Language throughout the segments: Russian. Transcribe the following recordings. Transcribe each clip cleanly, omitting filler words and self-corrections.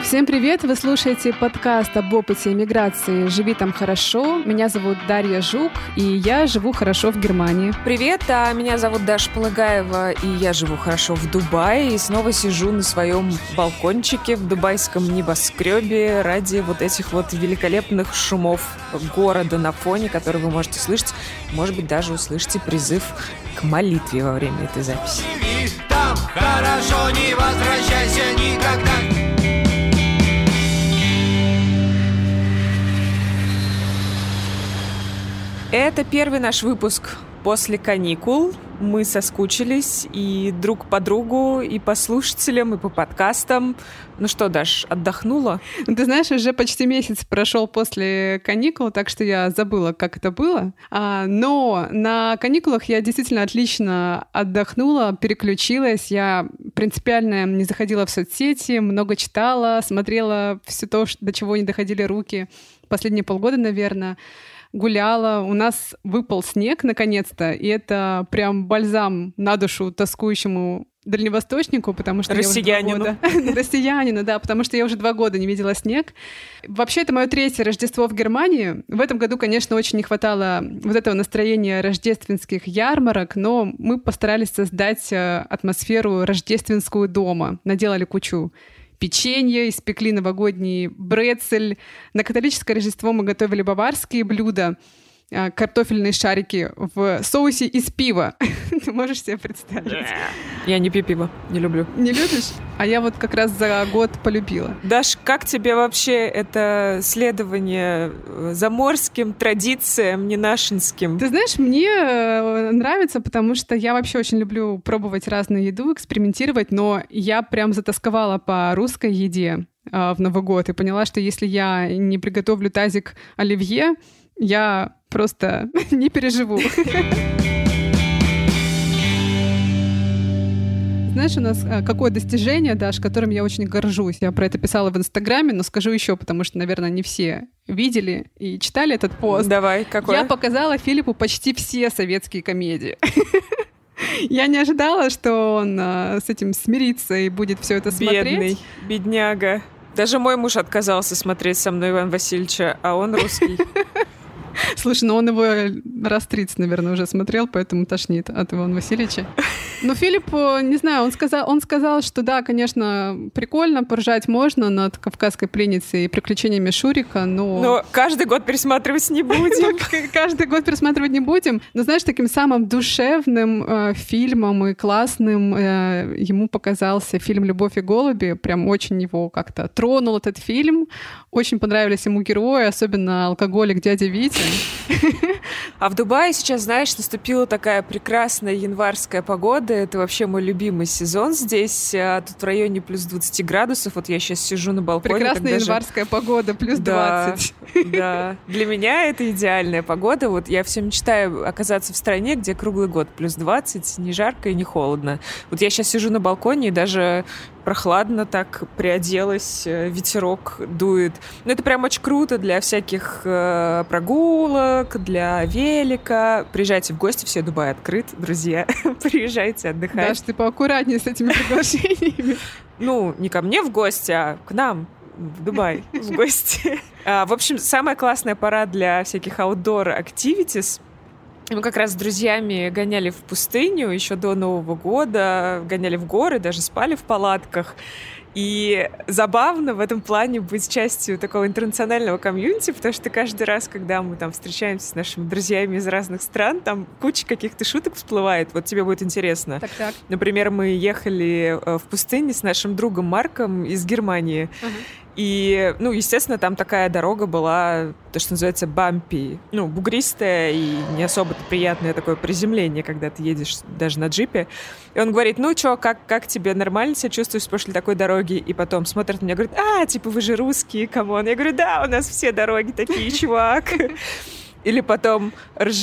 Всем привет! Вы слушаете подкаст об опыте эмиграции «Живи там хорошо». Меня зовут Дарья Жук, и я живу хорошо в Германии. Привет, меня зовут Даша Полыгаева, и я живу хорошо в Дубае, и снова сижу на своем балкончике в дубайском небоскребе ради вот этих вот великолепных шумов города на фоне, которые вы можете слышать. Может быть, даже услышите призыв к молитве во время этой записи. Живи там хорошо, не возвращайся никогда. Это первый наш выпуск после каникул. Мы соскучились и друг по другу, и по слушателям, и по подкастам. Ну что, Даш, отдохнула? Ты знаешь, уже почти месяц прошел после каникул, так что я забыла, как это было. Но на каникулах я действительно отлично отдохнула, переключилась. Я принципиально не заходила в соцсети, много читала, смотрела все то, до чего не доходили руки последние полгода, наверное. Гуляла, у нас выпал снег наконец-то, и это прям бальзам на душу тоскующему дальневосточнику, потому что россиянину. Россиянину, да, потому что я уже 2 года не видела снег. Вообще, это мое 3-е Рождество в Германии. В этом году, конечно, очень не хватало вот этого настроения рождественских ярмарок, но мы постарались создать атмосферу рождественскую дома. Наделали кучу печенье, испекли новогодний брецель. На католическое Рождество мы готовили баварские блюда, картофельные шарики в соусе из пива. Ты можешь себе представить? Я не пью пиво, не люблю. Не любишь? А я вот как раз за год полюбила. Даш, как тебе вообще это следование заморским традициям, ненашинским? Ты знаешь, мне нравится, потому что я вообще очень люблю пробовать разную еду, экспериментировать, но я прям затасковала по русской еде в Новый год и поняла, что если я не приготовлю тазик оливье, я просто не переживу. Знаешь, у нас какое достижение, Даш, которым я очень горжусь. Я про это писала в Инстаграме, но скажу еще, потому что, наверное, не все видели и читали этот пост. Давай, какой? Я показала Филиппу почти все советские комедии. Я не ожидала, что он с этим смирится и будет все это смотреть. Бедный, бедняга. Даже мой муж отказался смотреть со мной Ивана Васильевича, а он русский. Слушай, ну он его раз 30, наверное, уже смотрел, поэтому тошнит от Ивана Васильевича. Но Филипп, не знаю, он сказал, что да, конечно, прикольно, поржать можно над «Кавказской пленницей» и приключениями Шурика, но каждый год пересматривать не будем. Каждый год пересматривать не будем. Но знаешь, таким самым душевным фильмом и классным ему показался фильм «Любовь и голуби». Прям очень его как-то тронул этот фильм. Очень понравились ему герои, особенно алкоголик дядя Витя. А в Дубае сейчас, знаешь, наступила такая прекрасная январская погода. Это вообще мой любимый сезон здесь. Тут в районе плюс 20 градусов. Вот я сейчас сижу на балконе. Прекрасная январская погода, плюс 20. Да, для меня это идеальная погода. Вот я все мечтаю оказаться в стране, где круглый год плюс 20, не жарко и не холодно. Вот я сейчас сижу на балконе и даже прохладно так приоделась, ветерок дует. Ну, это прям очень круто для всяких прогулок, для велика. Приезжайте в гости, все, Дубай открыт, друзья. Приезжайте отдыхать. Даш, ты поаккуратнее с этими приглашениями. Ну, не ко мне в гости, а к нам в Дубай в гости. В общем, самая классная пора для всяких outdoor activities. Мы как раз с друзьями гоняли в пустыню еще до Нового года, гоняли в горы, даже спали в палатках. И забавно в этом плане быть частью такого интернационального комьюнити, потому что каждый раз, когда мы там встречаемся с нашими друзьями из разных стран, там куча каких-то шуток всплывает. Вот тебе будет интересно. Так. Например, мы ехали в пустыне с нашим другом Марком из Германии. И, ну, естественно, там такая дорога была, то, что называется, бампи. Ну, бугристая и не особо-то приятное такое приземление, когда ты едешь даже на джипе. И он говорит, ну, чё, как тебе, нормально себя чувствуешь после такой дороги? И потом смотрит на меня и говорит, типа, вы же русские, камон. Я говорю, да, у нас все дороги такие, чувак. Или потом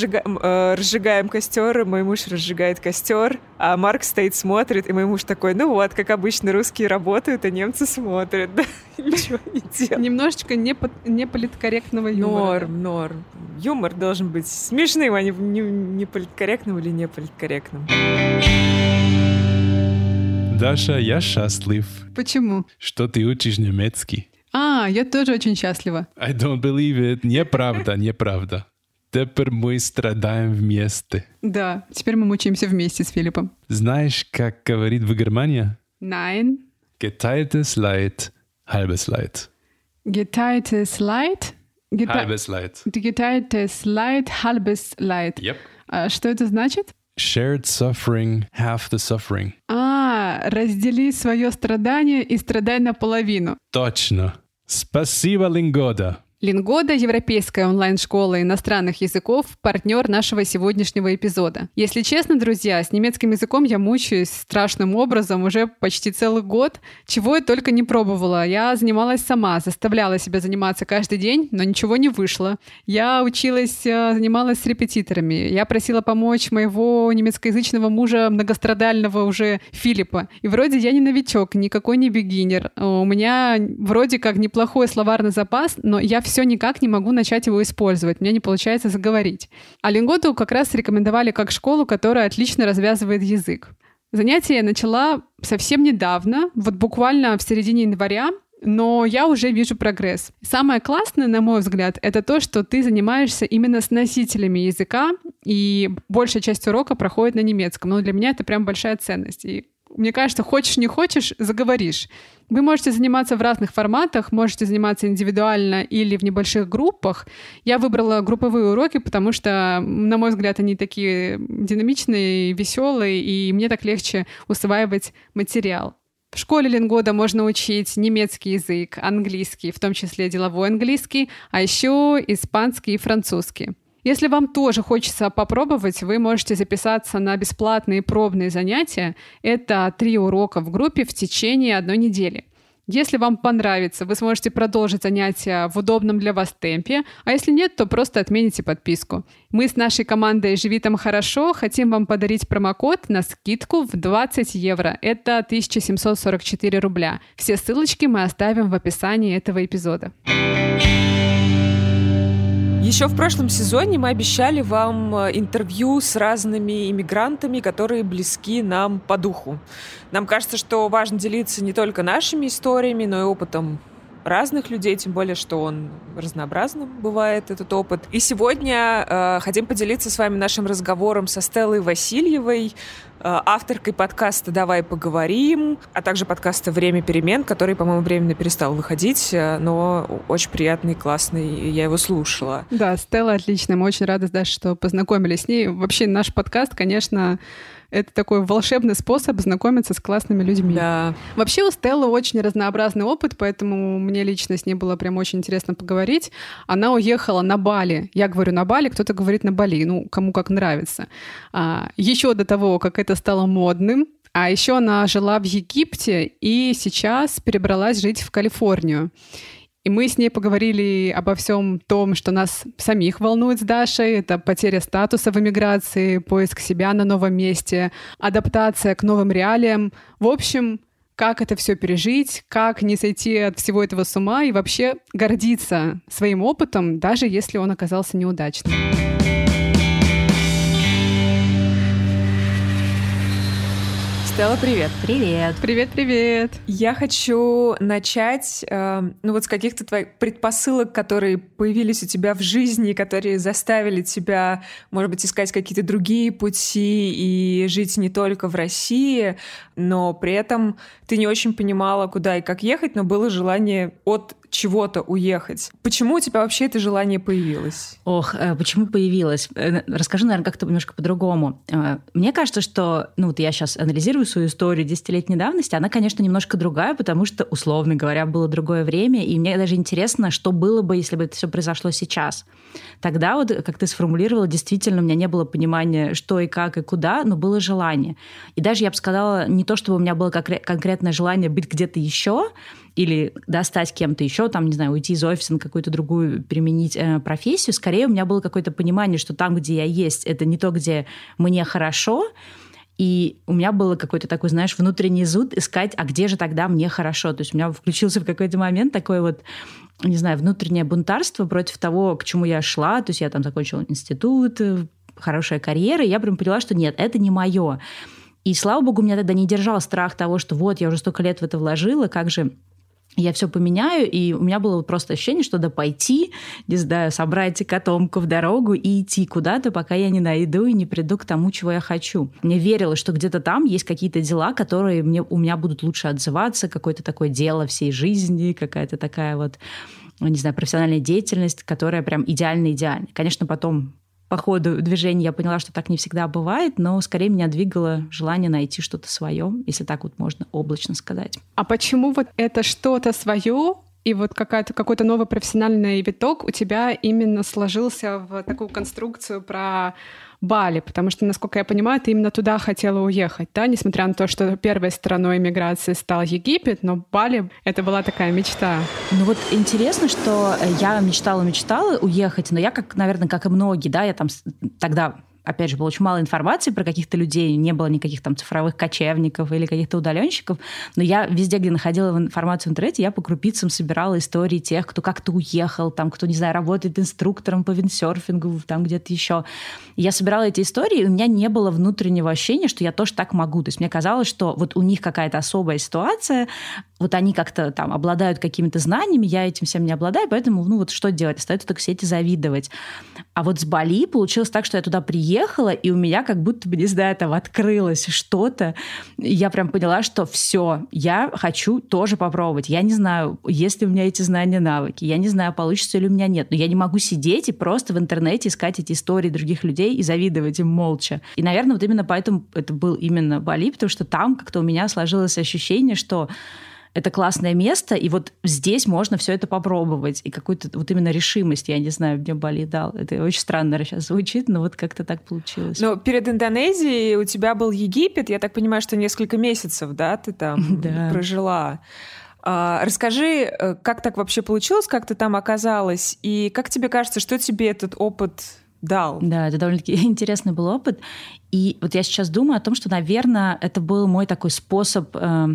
разжигаем костер, и мой муж разжигает костер, а Марк стоит, смотрит, и мой муж такой, ну вот, как обычно, русские работают, а немцы смотрят. Да, ничего не делают. Немножечко неполиткорректного юмора. Норм. Юмор должен быть смешным, а не политкорректным или неполиткорректным. Даша, я счастлив. Почему? Что ты учишь немецкий. Я тоже очень счастлива. I don't believe it. Неправда. Теперь мы страдаем вместе. Да, теперь мы мучаемся вместе с Филиппом. Знаешь, как говорит в Германии? Nein. Geteiltes Leid, halbes Leid. Geteiltes Leid? Halbes Leid. Geteiltes Leid, halbes Leid. Yep. Что это значит? Shared suffering, half the suffering. Раздели свое страдание и страдай наполовину. Точно. Спасибо, Лингода. Лингода — европейская онлайн-школа иностранных языков, партнер нашего сегодняшнего эпизода. Если честно, друзья, с немецким языком я мучаюсь страшным образом уже почти целый год, чего я только не пробовала. Я занималась сама, заставляла себя заниматься каждый день, но ничего не вышло. Я занималась с репетиторами. Я просила помочь моего немецкоязычного мужа, многострадального уже Филиппа. И вроде я не новичок, никакой не бигинер. У меня вроде как неплохой словарный запас, но я все никак не могу начать его использовать. Мне не получается заговорить. А Лингоду как раз рекомендовали как школу, которая отлично развязывает язык. Занятия я начала совсем недавно, вот буквально в середине января, но я уже вижу прогресс. Самое классное, на мой взгляд, это то, что ты занимаешься именно с носителями языка, и большая часть урока проходит на немецком. Но для меня это прям большая ценность. И мне кажется, хочешь не хочешь, заговоришь. Вы можете заниматься в разных форматах, можете заниматься индивидуально или в небольших группах. Я выбрала групповые уроки, потому что, на мой взгляд, они такие динамичные, веселые, и мне так легче усваивать материал. В школе Лингода можно учить немецкий язык, английский, в том числе деловой английский, а еще испанский и французский. Если вам тоже хочется попробовать, вы можете записаться на бесплатные пробные занятия. Это 3 урока в группе в течение 1 недели. Если вам понравится, вы сможете продолжить занятия в удобном для вас темпе, а если нет, то просто отмените подписку. Мы с нашей командой «Живи там хорошо» хотим вам подарить промокод на скидку в 20 евро. Это 1744 рубля. Все ссылочки мы оставим в описании этого эпизода. Еще в прошлом сезоне мы обещали вам интервью с разными иммигрантами, которые близки нам по духу. Нам кажется, что важно делиться не только нашими историями, но и опытом разных людей, тем более, что он разнообразным бывает, этот опыт. И сегодня хотим поделиться с вами нашим разговором со Стеллой Васильевой, авторкой подкаста «Давай поговорим», а также подкаста «Время перемен», который, по-моему, временно перестал выходить, но очень приятный, классный, я его слушала. Да, Стелла отличная, мы очень рады, Даша, что познакомились с ней. Вообще наш подкаст, конечно, это такой волшебный способ знакомиться с классными людьми. Да. Вообще у Стеллы очень разнообразный опыт, поэтому мне лично с ней было прям очень интересно поговорить. Она уехала на Бали. Я говорю на Бали, кто-то говорит на Бали. Кому как нравится. Еще до того, как это стало модным. А еще она жила в Египте и сейчас перебралась жить в Калифорнию. И мы с ней поговорили обо всем том, что нас самих волнует с Дашей. Это потеря статуса в эмиграции, поиск себя на новом месте, адаптация к новым реалиям. В общем, как это все пережить, как не сойти от всего этого с ума и вообще гордиться своим опытом, даже если он оказался неудачным. Стелла, привет. Привет. Привет-привет. Я хочу начать с каких-то твоих предпосылок, которые появились у тебя в жизни, которые заставили тебя, может быть, искать какие-то другие пути и жить не только в России, но при этом ты не очень понимала, куда и как ехать, но было желание от чего-то уехать. Почему у тебя вообще это желание появилось? Почему появилось? Расскажу, наверное, как-то немножко по-другому. Мне кажется, что, я сейчас анализирую свою историю 10-летней давности, она, конечно, немножко другая, потому что, условно говоря, было другое время, и мне даже интересно, что было бы, если бы это все произошло сейчас. Тогда, как ты сформулировала, действительно, у меня не было понимания, что и как, и куда, но было желание. И даже, я бы сказала, не то, чтобы у меня было конкретное желание быть где-то еще, или стать кем-то еще, уйти из офиса на какую-то другую, применить профессию. Скорее, у меня было какое-то понимание, что там, где я есть, это не то, где мне хорошо. И у меня было какой-то такой, внутренний зуд искать, а где же тогда мне хорошо. То есть у меня включился в какой-то момент такой внутреннее бунтарство против того, к чему я шла. То есть я закончила институт, хорошая карьера, и я прям поняла, что нет, это не мое. И, слава богу, меня тогда не держал страх того, что вот, я уже столько лет в это вложила, как же я все поменяю, и у меня было просто ощущение, что надо пойти, не знаю, собрать котомку в дорогу и идти куда-то, пока я не найду и не приду к тому, чего я хочу. Мне верилось, что где-то там есть какие-то дела, которые у меня будут лучше отзываться, какое-то такое дело всей жизни, какая-то такая вот, не знаю, профессиональная деятельность, которая прям идеально-идеальна. Конечно, потом по ходу движения я поняла, что так не всегда бывает, но скорее меня двигало желание найти что-то свое, если так вот можно облачно сказать. А почему вот это что-то свое и вот какой-то новый профессиональный виток у тебя именно сложился в такую конструкцию про Бали? Потому что, насколько я понимаю, ты именно туда хотела уехать, да? Несмотря на то, что первой страной эмиграции стал Египет, но Бали — это была такая мечта. Ну вот интересно, что я мечтала уехать, но я, наверное, как и многие, да, я там тогда... Опять же, было очень мало информации про каких-то людей, не было никаких там цифровых кочевников или каких-то удаленщиков, но я везде, где находила информацию в интернете, я по крупицам собирала истории тех, кто как-то уехал, там, кто, не знаю, работает инструктором по виндсерфингу, там где-то еще. Я собирала эти истории, и у меня не было внутреннего ощущения, что я тоже так могу. То есть мне казалось, что вот у них какая-то особая ситуация, вот они как-то там обладают какими-то знаниями, я этим всем не обладаю, поэтому, ну вот что делать? Остается только сети завидовать. А вот с Бали получилось так, что я туда приехала, и у меня как будто бы, не знаю, там открылось что-то. Я прям поняла, что все, я хочу тоже попробовать. Я не знаю, есть ли у меня эти знания, навыки. Я не знаю, получится ли у меня нет. Но я не могу сидеть и просто в интернете искать эти истории других людей и завидовать им молча. И, наверное, вот именно поэтому это был именно Бали, потому что там как-то у меня сложилось ощущение, что это классное место, и вот здесь можно все это попробовать. И какую-то вот именно решимость, я не знаю, мне Бали дал. Это очень странно сейчас звучит, но вот как-то так получилось. Но перед Индонезией у тебя был Египет. Я так понимаю, что несколько месяцев, да, ты там прожила. Расскажи, как так вообще получилось, как ты там оказалась, и как тебе кажется, что тебе этот опыт дал? Да, это довольно-таки интересный был опыт. И вот я сейчас думаю о том, что, наверное, это был мой такой способ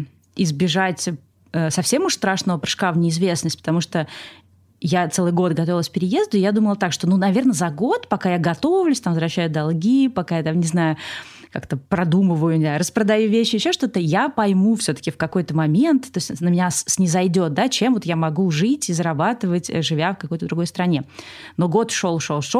избежать совсем уж страшного прыжка в неизвестность, потому что я целый год готовилась к переезду, и я думала так, что, ну, наверное, за год, пока я готовлюсь, там, возвращаю долги, пока я там, не знаю, как-то продумываю, не знаю, распродаю вещи, еще что-то, я пойму все-таки в какой-то момент, то есть на меня снизойдет, да, чем вот я могу жить и зарабатывать, живя в какой-то другой стране. Но год шел,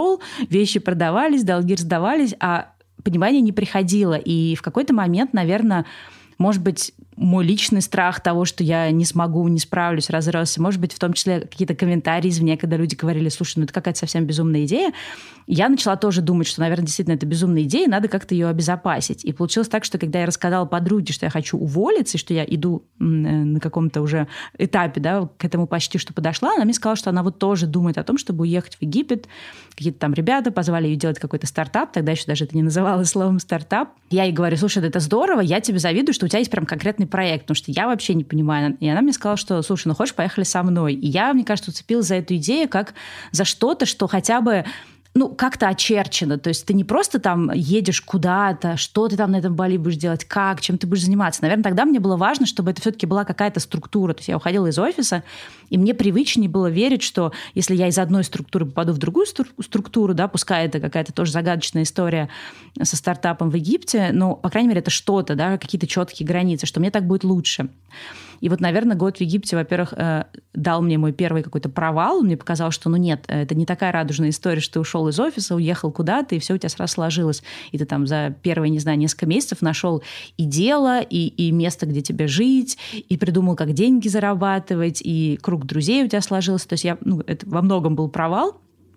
вещи продавались, долги сдавались, а понимание не приходило. И в какой-то момент, наверное, может быть, мой личный страх того, что я не смогу, не справлюсь, разросся. Может быть, в том числе какие-то комментарии извне, когда люди говорили, слушай, ну это какая-то совсем безумная идея. Я начала тоже думать, что, наверное, действительно это безумная идея, надо как-то ее обезопасить. И получилось так, что когда я рассказала подруге, что я хочу уволиться, и что я иду на каком-то уже этапе, да, к этому почти что подошла, она мне сказала, что она вот тоже думает о том, чтобы уехать в Египет. Какие-то там ребята позвали ее делать какой-то стартап, тогда еще даже это не называлось словом стартап. Я ей говорю, слушай, это здорово, я тебе завидую, что у тебя есть прям конкретный проект, потому что я вообще не понимаю. И она мне сказала, что, слушай, ну хочешь, поехали со мной. И я, мне кажется, уцепилась за эту идею как за что-то, что хотя бы ну, как-то очерчено. То есть ты не просто там едешь куда-то, что ты там на этом Бали будешь делать, как, чем ты будешь заниматься. Наверное, тогда мне было важно, чтобы это все-таки была какая-то структура. То есть я уходила из офиса, и мне привычнее было верить, что если я из одной структуры попаду в другую структуру, да, пускай это какая-то тоже загадочная история со стартапом в Египте, но, по крайней мере, это что-то, да, какие-то четкие границы, что мне так будет лучше. И вот, наверное, год в Египте, во-первых, дал мне мой первый какой-то провал. Мне показалось, что, ну нет, это не такая радужная история, что ты ушел из офиса, уехал куда-то, и все у тебя сразу сложилось. И ты там за первые, не знаю, несколько месяцев нашел и дело, и место, где тебе жить, и придумал, как деньги зарабатывать, и круг друзей у тебя сложился. То есть это во многом был провал,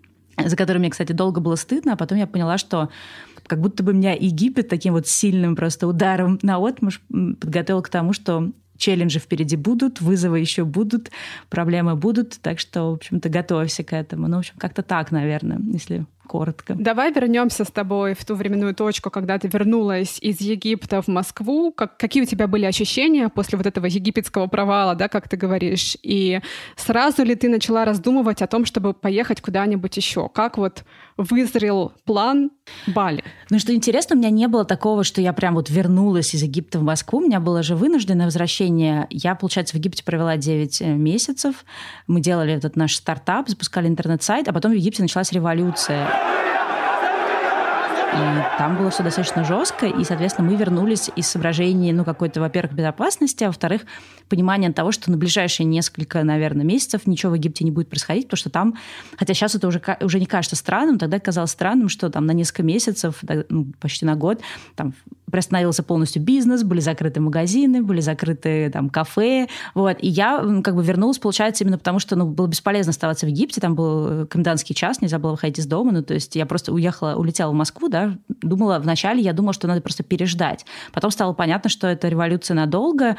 за который мне, кстати, долго было стыдно, а потом я поняла, что как будто бы меня Египет таким вот сильным просто ударом наотмашь подготовил к тому, что челленджи впереди будут, вызовы еще будут, проблемы будут, так что, в общем-то, готовься к этому. Ну, в общем, как-то так, наверное, если коротко. Давай вернемся с тобой в ту временную точку, когда ты вернулась из Египта в Москву. Какие у тебя были ощущения после вот этого египетского провала, да, как ты говоришь? И сразу ли ты начала раздумывать о том, чтобы поехать куда-нибудь еще? Как вот вызрел план Бали? Ну, что интересно, у меня не было такого, что я прям вот вернулась из Египта в Москву. У меня было же вынужденное возвращение. Я, получается, в Египте провела 9 месяцев. Мы делали этот наш стартап, запускали интернет-сайт, а потом в Египте началась революция. И там было все достаточно жестко, и, соответственно, мы вернулись из соображений, какой-то, во-первых, безопасности, а во-вторых, понимания того, что на ближайшие несколько, наверное, месяцев ничего в Египте не будет происходить, потому что там, хотя сейчас это уже не кажется странным, тогда казалось странным, что там на несколько месяцев, почти на год, там приостановился полностью бизнес, были закрыты магазины, были закрыты там кафе, вот. И я вернулась, получается, именно потому, что было бесполезно оставаться в Египте, там был комендантский час, нельзя было выходить из дома, то есть я просто улетела в Москву, да, вначале я думала, что надо просто переждать. Потом стало понятно, что это революция надолго,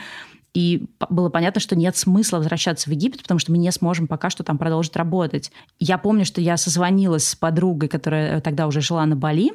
и было понятно, что нет смысла возвращаться в Египет, потому что мы не сможем пока что там продолжить работать. Я помню, что я созвонилась с подругой, которая тогда уже жила на Бали,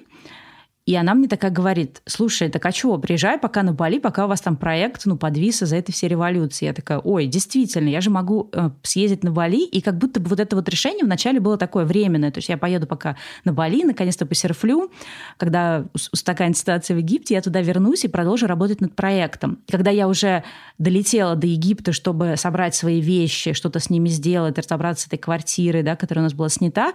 и она мне такая говорит: слушай, так а чего, приезжай пока на Бали, пока у вас там проект подвис из-за этой всей революции. Я такая: ой, действительно, я же могу съездить на Бали, и как будто бы вот это вот решение вначале было такое временное. То есть я поеду пока на Бали, наконец-то посерфлю, когда устаканит ситуация в Египте, я туда вернусь и продолжу работать над проектом. И когда я уже долетела до Египта, чтобы собрать свои вещи, что-то с ними сделать, разобраться с этой квартирой, да, которая у нас была снята,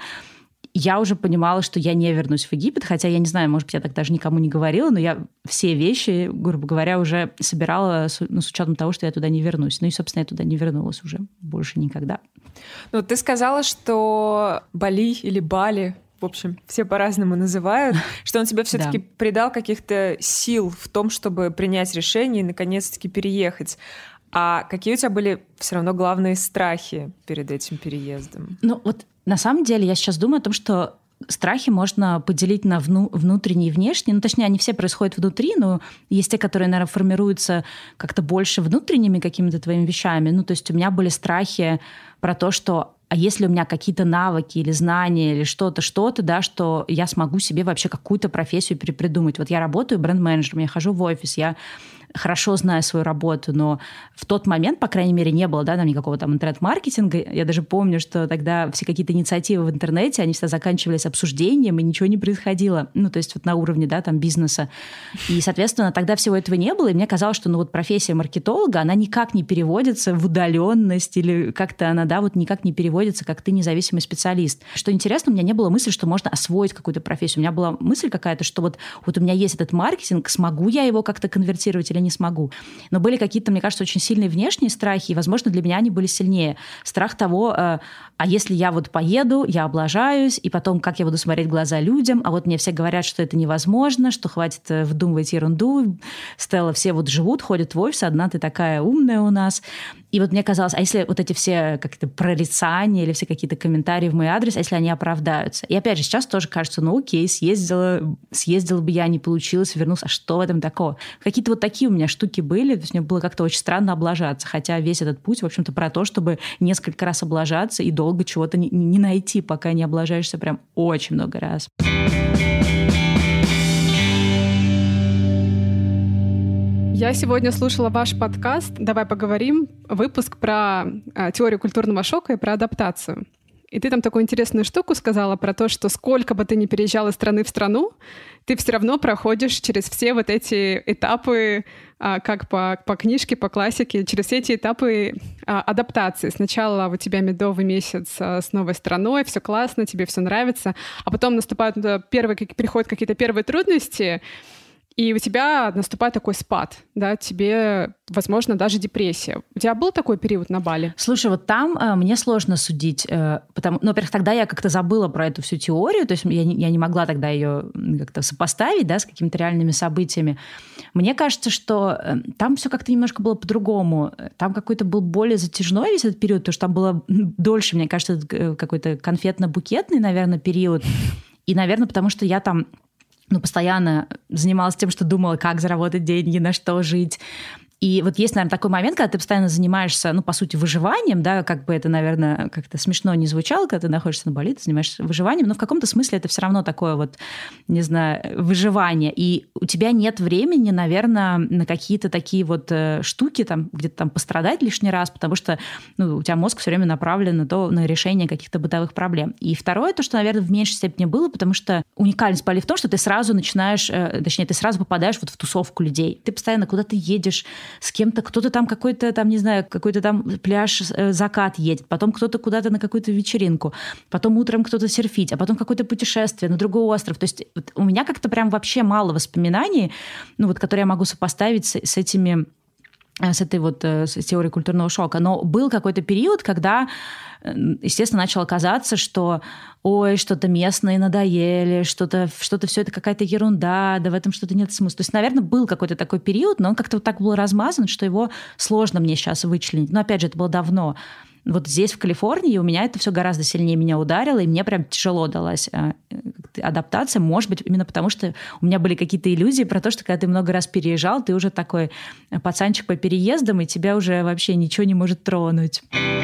я уже понимала, что я не вернусь в Египет, хотя я не знаю, может быть, я так даже никому не говорила, но я все вещи, грубо говоря, уже собирала с учетом того, что я туда не вернусь. И, собственно, я туда не вернулась уже больше никогда. Ты сказала, что Бали или Бали, в общем, все по-разному называют, что он тебе все-таки придал каких-то сил в том, чтобы принять решение и наконец-таки переехать. А какие у тебя были все равно главные страхи перед этим переездом? На самом деле я сейчас думаю о том, что страхи можно поделить на внутренние и внешние. Точнее, они все происходят внутри, но есть те, которые, наверное, формируются как-то больше внутренними какими-то твоими вещами. То есть у меня были страхи про то, что а если у меня какие-то навыки или знания, или что-то, да, что я смогу себе вообще какую-то профессию перепридумать. Я работаю бренд-менеджером, я хожу в офис, я хорошо знаю свою работу, но в тот момент, по крайней мере, не было, да, там никакого там интернет-маркетинга. Я даже помню, что тогда все какие-то инициативы в интернете, они всегда заканчивались обсуждением, и ничего не происходило. То есть на уровне, да, там бизнеса. И, соответственно, тогда всего этого не было, и мне казалось, что профессия маркетолога, она никак не переводится в удаленность, или как-то она, да, никак не переводится, как ты независимый специалист. Что интересно, у меня не было мысли, что можно освоить какую-то профессию. У меня была мысль какая-то, что вот у меня есть этот маркетинг, смогу я его как-то конвертировать или не смогу. Но были какие-то, мне кажется, очень сильные внешние страхи, и, возможно, для меня они были сильнее. Страх того, а если я поеду, я облажаюсь, и потом, как я буду смотреть в глаза людям, а мне все говорят, что это невозможно, что хватит вдумывать ерунду. Стелла, все живут, ходят в офис, одна ты такая умная у нас. И мне казалось, а если эти все как-то прорицания или все какие-то комментарии в мой адрес, а если они оправдаются? И опять же, сейчас тоже кажется, окей, съездила бы я, не получилось, вернулась, а что в этом такого? Какие-то такие у меня штуки были, то есть мне было как-то очень странно облажаться, хотя весь этот путь, в общем-то, про то, чтобы несколько раз облажаться и долго чего-то не найти, пока не облажаешься прям очень много раз. Я сегодня слушала ваш подкаст «Давай поговорим», выпуск про теорию культурного шока и про адаптацию. И ты там такую интересную штуку сказала про то, что сколько бы ты ни переезжала из страны в страну, ты все равно проходишь через все эти этапы, как по книжке, по классике, через все эти этапы адаптации. Сначала у тебя медовый месяц с новой страной, все классно, тебе все нравится, а потом приходят какие-то первые трудности, и у тебя наступает такой спад, да, тебе, возможно, даже депрессия. У тебя был такой период на Бали? Слушай, там мне сложно судить, во-первых, тогда я как-то забыла про эту всю теорию, то есть я не могла тогда ее как-то сопоставить, да, с какими-то реальными событиями. Мне кажется, что там все как-то немножко было по-другому. Там какой-то был более затяжной весь этот период, потому что там было дольше, мне кажется, какой-то конфетно-букетный, наверное, период. И, наверное, потому что я там постоянно занималась тем, что думала, как заработать деньги, на что жить. И есть, наверное, такой момент, когда ты постоянно занимаешься, по сути, выживанием, да, как бы это, наверное, как-то смешно не звучало, когда ты находишься на Бали, ты занимаешься выживанием, но в каком-то смысле это все равно такое не знаю, выживание. И у тебя нет времени, наверное, на какие-то такие штуки, там, где-то там пострадать лишний раз, потому что у тебя мозг все время направлен на решение каких-то бытовых проблем. И второе, то, что, наверное, в меньшей степени было, потому что уникальность Бали в том, что ты сразу начинаешь, точнее, ты сразу попадаешь вот в тусовку людей. Ты постоянно куда-то едешь с кем-то, кто-то там какой-то там, не знаю, какой-то там пляж, закат едет, потом кто-то куда-то на какую-то вечеринку, потом утром кто-то серфить, а потом какое-то путешествие на другой остров. То есть вот у меня как-то прям вообще мало воспоминаний, ну вот, которые я могу сопоставить с этой теорией культурного шока. Но был какой-то период, когда, естественно, начало казаться, что ой, что-то местные надоели, что-то все это какая-то ерунда, да в этом что-то нет смысла. То есть, наверное, был какой-то такой период, но он как-то вот так был размазан, что его сложно мне сейчас вычленить. Но, опять же, это было давно. Вот здесь, в Калифорнии, у меня это все гораздо сильнее меня ударило, и мне прям тяжело далась адаптация. Может быть, именно потому, что у меня были какие-то иллюзии про то, что когда ты много раз переезжал, ты уже такой пацанчик по переездам, и тебя уже вообще ничего не может тронуть.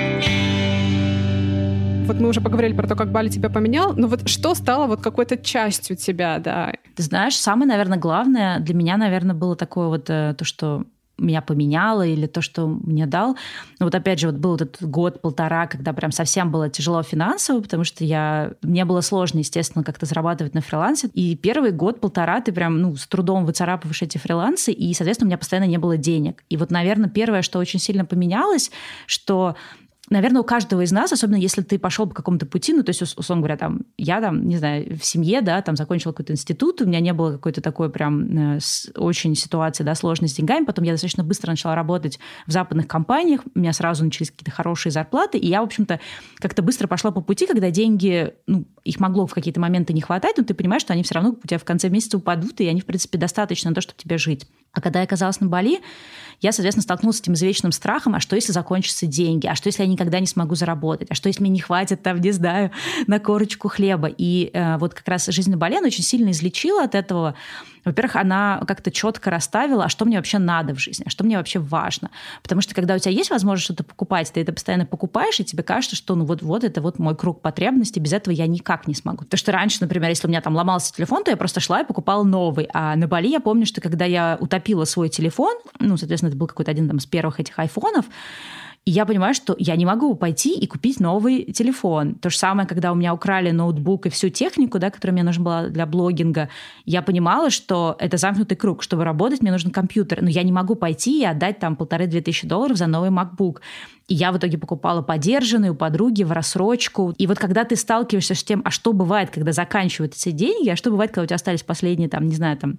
Вот мы уже поговорили про то, как Бали тебя поменял, но вот что стало вот какой-то частью тебя, да? Ты знаешь, самое, наверное, главное для меня, наверное, было такое вот то, что меня поменяло, или то, что мне дал. Но вот опять же, вот был этот год-полтора, когда прям совсем было тяжело финансово, потому что мне было сложно, естественно, как-то зарабатывать на фрилансе. И первый год-полтора ты прям, с трудом выцарапываешь эти фрилансы, и, соответственно, у меня постоянно не было денег. И вот, наверное, первое, что очень сильно поменялось, что наверное, у каждого из нас, особенно если ты пошел по какому-то пути, то есть, условно говоря, я не знаю, в семье, закончила какой-то институт, у меня не было какой-то такой прям очень ситуации, сложной с деньгами, потом я достаточно быстро начала работать в западных компаниях, у меня сразу начались какие-то хорошие зарплаты, и я, в общем-то, как-то быстро пошла по пути, когда деньги, их могло в какие-то моменты не хватать, но ты понимаешь, что они все равно у тебя в конце месяца упадут, и они, в принципе, достаточно на то, чтобы тебе жить. А когда я оказалась на Бали, я, соответственно, столкнулась с этим извечным страхом, а что, если закончатся деньги, а что, если я никогда не смогу заработать, а что, если мне не хватит, не знаю, на корочку хлеба. И вот как раз жизнь на Бали, она очень сильно излечила от этого. Во-первых, она как-то четко расставила, а что мне вообще надо в жизни, а что мне вообще важно. Потому что когда у тебя есть возможность что-то покупать, ты это постоянно покупаешь, и тебе кажется, что вот это вот мой круг потребностей, без этого я никак не смогу. Потому что раньше, например, если у меня там ломался телефон, то я просто шла и покупала новый. А на Бали я помню, что когда я утопила свой телефон, соответственно, это был какой-то один из первых этих айфонов, и я понимаю, что я не могу пойти и купить новый телефон. То же самое, когда у меня украли ноутбук и всю технику, которая мне нужна была для блогинга, я понимала, что это замкнутый круг. Чтобы работать, мне нужен компьютер. Но я не могу пойти и отдать $1500-2000 за новый MacBook. И я в итоге покупала подержанный у подруги в рассрочку. И вот когда ты сталкиваешься с тем, а что бывает, когда заканчиваются эти деньги, а что бывает, когда у тебя остались последние, $5,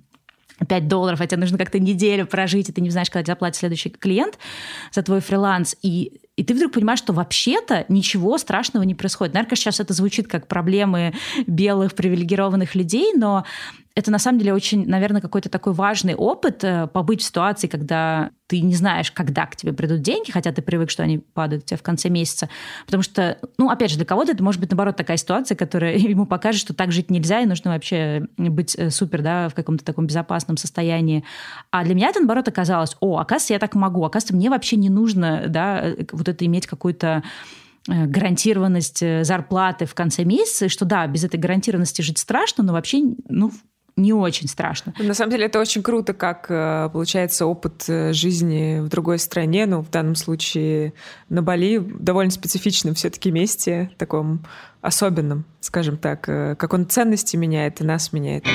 а тебе нужно как-то неделю прожить, и ты не знаешь, когда тебе заплатит следующий клиент за твой фриланс. И ты вдруг понимаешь, что вообще-то ничего страшного не происходит. Наверное, сейчас это звучит как проблемы белых привилегированных людей, но это на самом деле очень, наверное, какой-то такой важный опыт побыть в ситуации, когда ты не знаешь, когда к тебе придут деньги, хотя ты привык, что они падают к тебе в конце месяца. Потому что, опять же, для кого-то это может быть, наоборот, такая ситуация, которая ему покажет, что так жить нельзя, и нужно вообще быть супер, в каком-то таком безопасном состоянии. А для меня это, наоборот, оказалось, оказывается, я так могу, оказывается, мне вообще не нужно, вот это иметь какую-то гарантированность зарплаты в конце месяца, и что, без этой гарантированности жить страшно, но вообще, не очень страшно. На самом деле это очень круто, как получается опыт жизни в другой стране, в данном случае на Бали, довольно специфичном все-таки месте, таком особенном, скажем так, как он ценности меняет и нас меняет.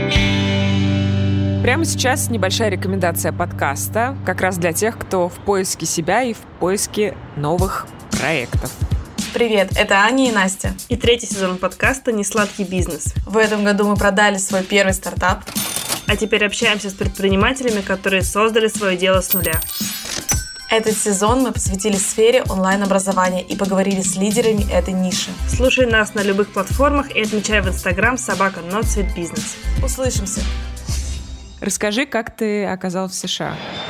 Прямо сейчас небольшая рекомендация подкаста, как раз для тех, кто в поиске себя и в поиске новых проектов. Привет, это Аня и Настя. И 3-й сезон подкаста «Несладкий бизнес». В этом году мы продали свой первый стартап. А теперь общаемся с предпринимателями, которые создали свое дело с нуля. Этот сезон мы посвятили сфере онлайн-образования и поговорили с лидерами этой ниши. Слушай нас на любых платформах и отмечай в Инстаграм @notSweetBusiness. Услышимся! Расскажи, как ты оказалась в США.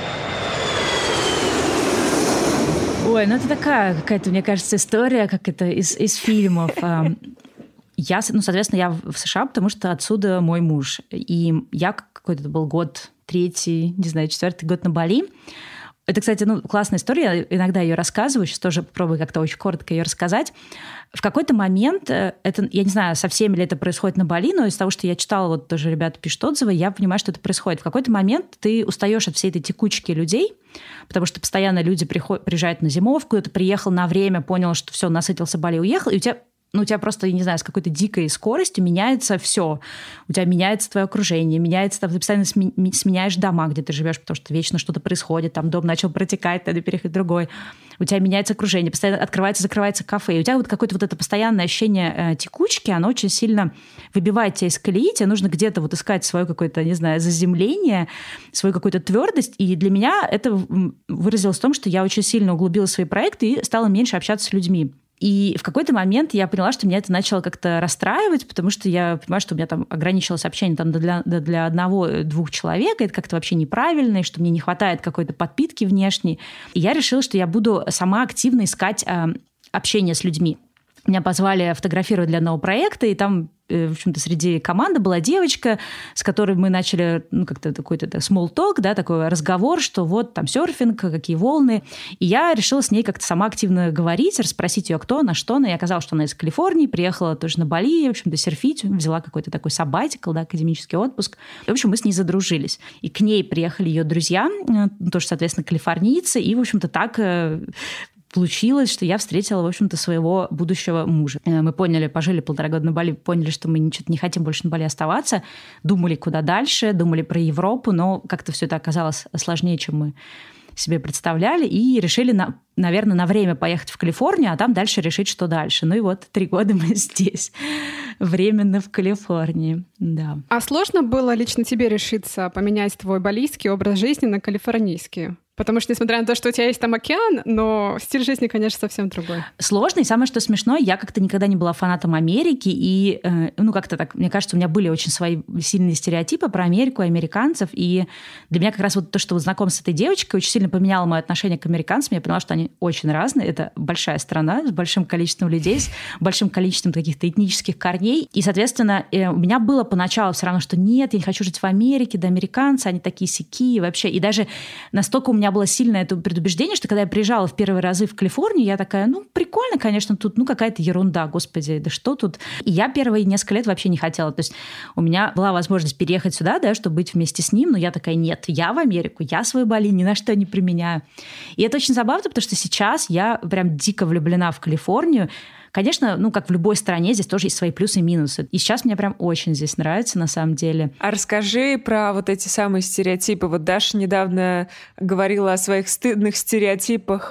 Ой, это такая какая-то, мне кажется, история, как это из фильмов. Соответственно, я в США, потому что отсюда мой муж. И я какой-то был год, 3-й, не знаю, 4-й год на Бали. Это, кстати, классная история, я иногда ее рассказываю, сейчас тоже попробую как-то очень коротко ее рассказать. В какой-то момент, это, я не знаю, со всеми ли это происходит на Бали, но из того, что я читала, тоже ребята пишут отзывы, я понимаю, что это происходит. В какой-то момент ты устаешь от всей этой текучки людей, потому что постоянно люди приезжают на зимовку, ты приехал на время, понял, что все, насытился Бали, уехал, и у тебя у тебя просто, я не знаю, с какой-то дикой скоростью меняется все. У тебя меняется твое окружение, меняется, ты постоянно сменяешь дома, где ты живешь, потому что вечно что-то происходит, там дом начал протекать, надо переехать в другой. У тебя меняется окружение, постоянно открывается, закрывается кафе. И у тебя вот какое-то вот это постоянное ощущение текучки, оно очень сильно выбивает тебя из колеи, тебе нужно где-то вот искать свое какое-то, не знаю, заземление, свою какую-то твердость. И для меня это выразилось в том, что я очень сильно углубила свои проекты и стала меньше общаться с людьми. И в какой-то момент я поняла, что меня это начало как-то расстраивать, потому что я понимаю, что у меня там ограничилось общение там, для 1-2 человек, и это как-то вообще неправильно, и что мне не хватает какой-то подпитки внешней. И я решила, что я буду сама активно искать общение с людьми. Меня позвали фотографировать для одного проекта, и там, в общем-то, среди команды была девочка, с которой мы начали, как-то какой-то small talk, да, такой разговор, что вот там серфинг, какие волны. И я решила с ней как-то сама активно говорить, расспросить ее, кто она, что она. И оказалось, что она из Калифорнии, приехала тоже на Бали, в общем-то, серфить, взяла какой-то такой sabbatical, да, академический отпуск. И, в общем, мы с ней задружились. И к ней приехали ее друзья, тоже, соответственно, калифорнийцы, и, в общем-то, так получилось, что я встретила, в общем-то, своего будущего мужа. Мы поняли, пожили 1,5 года на Бали, поняли, что мы что-то не хотим больше на Бали оставаться, думали, куда дальше, думали про Европу, но как-то все это оказалось сложнее, чем мы себе представляли, и решили, наверное, на время поехать в Калифорнию, а там дальше решить, что дальше. Ну и вот 3 года мы здесь, временно в Калифорнии, да. А сложно было лично тебе решиться поменять твой балийский образ жизни на калифорнийский? Потому что, несмотря на то, что у тебя есть там океан, но стиль жизни, конечно, совсем другой. Сложно, и самое, что смешно, я как-то никогда не была фанатом Америки, и, как-то так, мне кажется, у меня были очень свои сильные стереотипы про Америку, американцев, и для меня как раз вот то, что вот знакомство с этой девочкой очень сильно поменяло мое отношение к американцам. Я поняла, что они очень разные. Это большая страна с большим количеством людей, с большим количеством каких-то этнических корней, и, соответственно, у меня было поначалу все равно, что нет, я не хочу жить в Америке, да американцы, они такие сякие вообще, и даже настолько у меня было сильное это предубеждение, что когда я приезжала в первые разы в Калифорнию, я такая, прикольно, конечно, тут, какая-то ерунда, господи, да что тут? И я первые несколько лет вообще не хотела. То есть у меня была возможность переехать сюда, да, чтобы быть вместе с ним, но я такая, нет, я в Америку, я свою Бали ни на что не применяю. И это очень забавно, потому что сейчас я прям дико влюблена в Калифорнию. Конечно, как в любой стране, здесь тоже есть свои плюсы и минусы. И сейчас мне прям очень здесь нравится, на самом деле. А расскажи про вот эти самые стереотипы. Вот Даша недавно говорила о своих стыдных стереотипах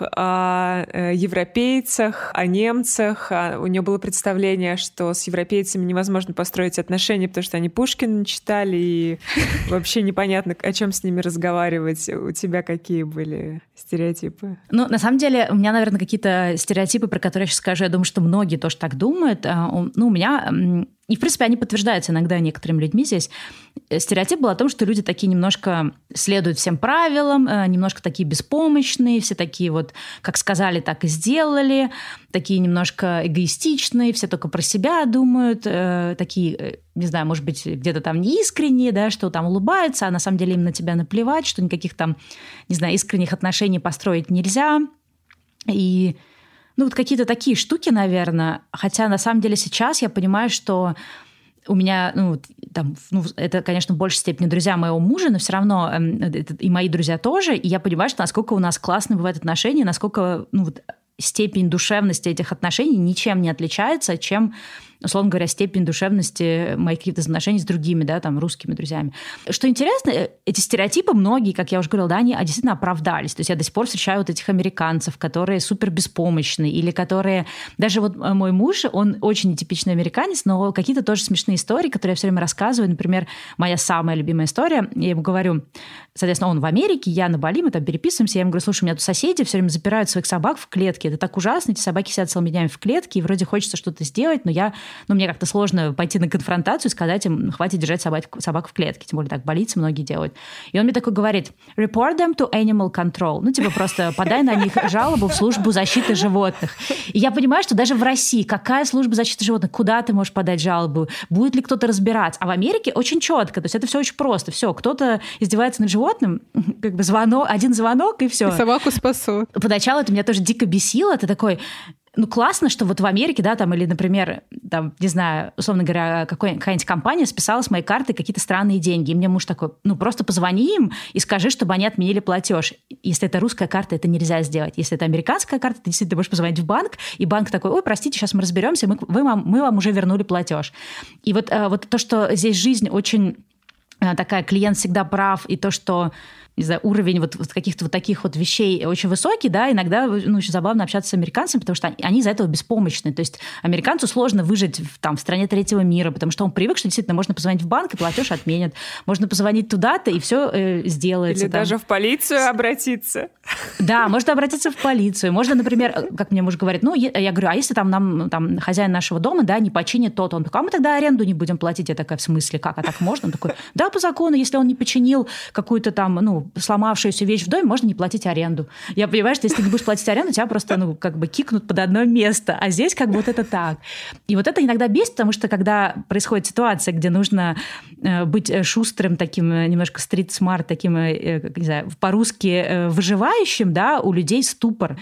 о европейцах, о немцах. У нее было представление, что с европейцами невозможно построить отношения, потому что они Пушкина не читали, и вообще непонятно, о чем с ними разговаривать. У тебя какие были стереотипы? На самом деле, у меня, наверное, какие-то стереотипы, про которые я сейчас скажу. Я думаю, что многие тоже так думают. У меня... И, в принципе, они подтверждаются иногда некоторыми людьми здесь. Стереотип был о том, что люди такие немножко следуют всем правилам, немножко такие беспомощные, все такие вот, как сказали, так и сделали, такие немножко эгоистичные, все только про себя думают, такие, не знаю, может быть, где-то там неискренние, да, что там улыбаются, а на самом деле им на тебя наплевать, что никаких там, не знаю, искренних отношений построить нельзя. И... вот какие-то такие штуки, наверное. Хотя, на самом деле, сейчас я понимаю, что у меня, это, конечно, в большей степени друзья моего мужа, но все равно и мои друзья тоже. И я понимаю, что насколько у нас классные бывают отношения, насколько степень душевности этих отношений ничем не отличается, чем, условно говоря, степень душевности моих каких-то отношений с другими, да, там, русскими друзьями. Что интересно, эти стереотипы многие, как я уже говорила, да, они действительно оправдались. То есть я до сих пор встречаю вот этих американцев, которые супер беспомощны, или которые... Даже вот мой муж, он очень нетипичный американец, но какие-то тоже смешные истории, которые я все время рассказываю. Например, моя самая любимая история, я ему говорю, соответственно, он в Америке, я на Бали, мы там переписываемся, я ему говорю, слушай, у меня тут соседи все время запирают своих собак в клетке, это так ужасно, эти собаки сидят целыми днями в клетке, и вроде хочется что-то сделать, но мне как-то сложно пойти на конфронтацию и сказать им, хватит держать собак в клетке, тем более так больницы многие делают. И он мне такой говорит, report them to animal control, просто подай на них жалобу в службу защиты животных. И я понимаю, что даже в России какая служба защиты животных, куда ты можешь подать жалобу, будет ли кто-то разбираться, а в Америке очень четко, то есть это все очень просто, все, кто-то издевается над животным, как бы один звонок и все. И собаку спасут. Поначалу это меня тоже дико бесило, ты такой... ну, классно, что вот в Америке, да, там, или, например, там, не знаю, условно говоря, какая-нибудь компания списала с моей карты какие-то странные деньги. И мне муж такой, ну, просто позвони им и скажи, чтобы они отменили платеж. Если это русская карта, это нельзя сделать. Если это американская карта, ты действительно можешь позвонить в банк, и банк такой, ой, простите, сейчас мы разберемся, мы вам уже вернули платеж. И вот то, что здесь жизнь очень такая, клиент всегда прав, и то, что, не знаю, уровень вот каких-то вот таких вот вещей очень высокий, да, иногда, ну, очень забавно общаться с американцами, потому что они из-за этого беспомощны. То есть американцу сложно выжить в стране третьего мира, потому что он привык, что действительно можно позвонить в банк, и платеж отменят. Можно позвонить туда-то, и все сделается. Или там даже в полицию обратиться. Да, можно обратиться в полицию. Можно, например, как мне муж говорит, ну, я говорю, а если там хозяин нашего дома, да, не починит то-то? Он такой, а мы тогда аренду не будем платить. Я такая, в смысле, как? А так можно? Он такой, да, по закону, если он не починил какую-то там, ну, сломавшуюся вещь в доме, можно не платить аренду. Я понимаю, что если ты не будешь платить аренду, тебя просто, ну, как бы кикнут под одно место. А здесь как бы вот это так. И вот это иногда бесит, потому что когда происходит ситуация, где нужно быть шустрым, таким немножко стрит-смарт, таким, не знаю, по-русски выживающим, да, у людей ступор.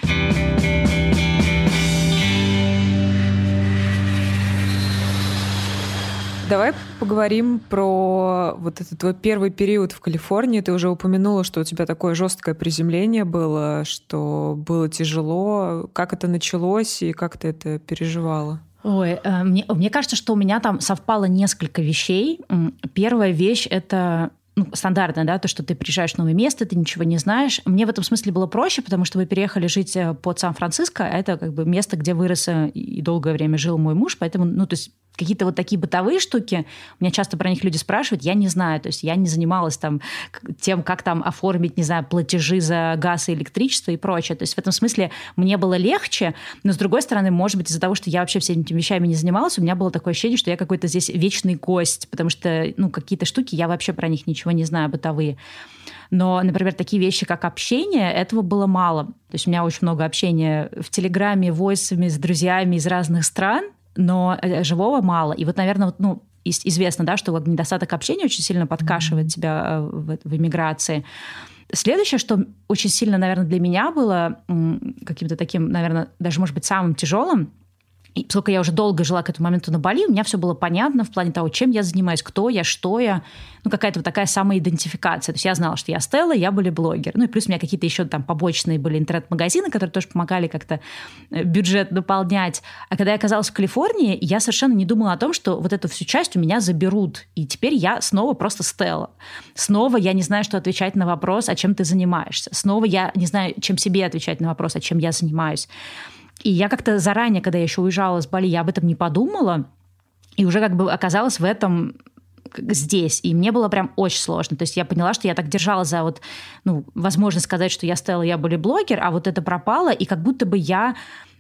Давай поговорим про вот этот твой первый период в Калифорнии. Ты уже упомянула, что у тебя такое жесткое приземление было, что было тяжело. Как это началось и как ты это переживала? Ой, мне кажется, что у меня там совпало несколько вещей. Первая вещь — это стандартно, да, то, что ты приезжаешь в новое место, ты ничего не знаешь. Мне в этом смысле было проще, потому что мы переехали жить под Сан-Франциско, а это как бы место, где вырос и долгое время жил мой муж, поэтому, ну, то есть какие-то вот такие бытовые штуки, меня часто про них люди спрашивают, я не знаю, то есть я не занималась там тем, как там оформить, не знаю, платежи за газ и электричество и прочее. То есть в этом смысле мне было легче, но с другой стороны, может быть, из-за того, что я вообще всеми этими вещами не занималась, у меня было такое ощущение, что я какой-то здесь вечный гость, потому что, ну, какие-то штуки, я вообще про них ничего не знаю, бытовые. Но, например, такие вещи, как общение, этого было мало. То есть у меня очень много общения в Телеграме, войсами с друзьями из разных стран, но живого мало. И вот, наверное, известно, да, что недостаток общения очень сильно подкашивает тебя в эмиграции. Следующее, что очень сильно, наверное, для меня было каким-то таким, наверное, даже, может быть, самым тяжелым, и поскольку я уже долго жила к этому моменту на Бали, у меня все было понятно в плане того, чем я занимаюсь, кто я, что я. Ну, какая-то вот такая самоидентификация. То есть я знала, что я Стелла, я блогер. Ну, и плюс у меня какие-то еще там побочные были интернет-магазины, которые тоже помогали как-то бюджет наполнять. А когда я оказалась в Калифорнии, я совершенно не думала о том, что вот эту всю часть у меня заберут. И теперь я снова просто Стелла. Снова я не знаю, что отвечать на вопрос, а чем ты занимаешься. Снова я не знаю, чем себе отвечать на вопрос, а чем я занимаюсь. И я как-то заранее, когда я еще уезжала с Бали, я об этом не подумала, и уже как бы оказалась в этом здесь. И мне было прям очень сложно. То есть я поняла, что я так держала за вот, возможность сказать, что я Стелла, я блогер, а вот это пропало, и как будто бы я,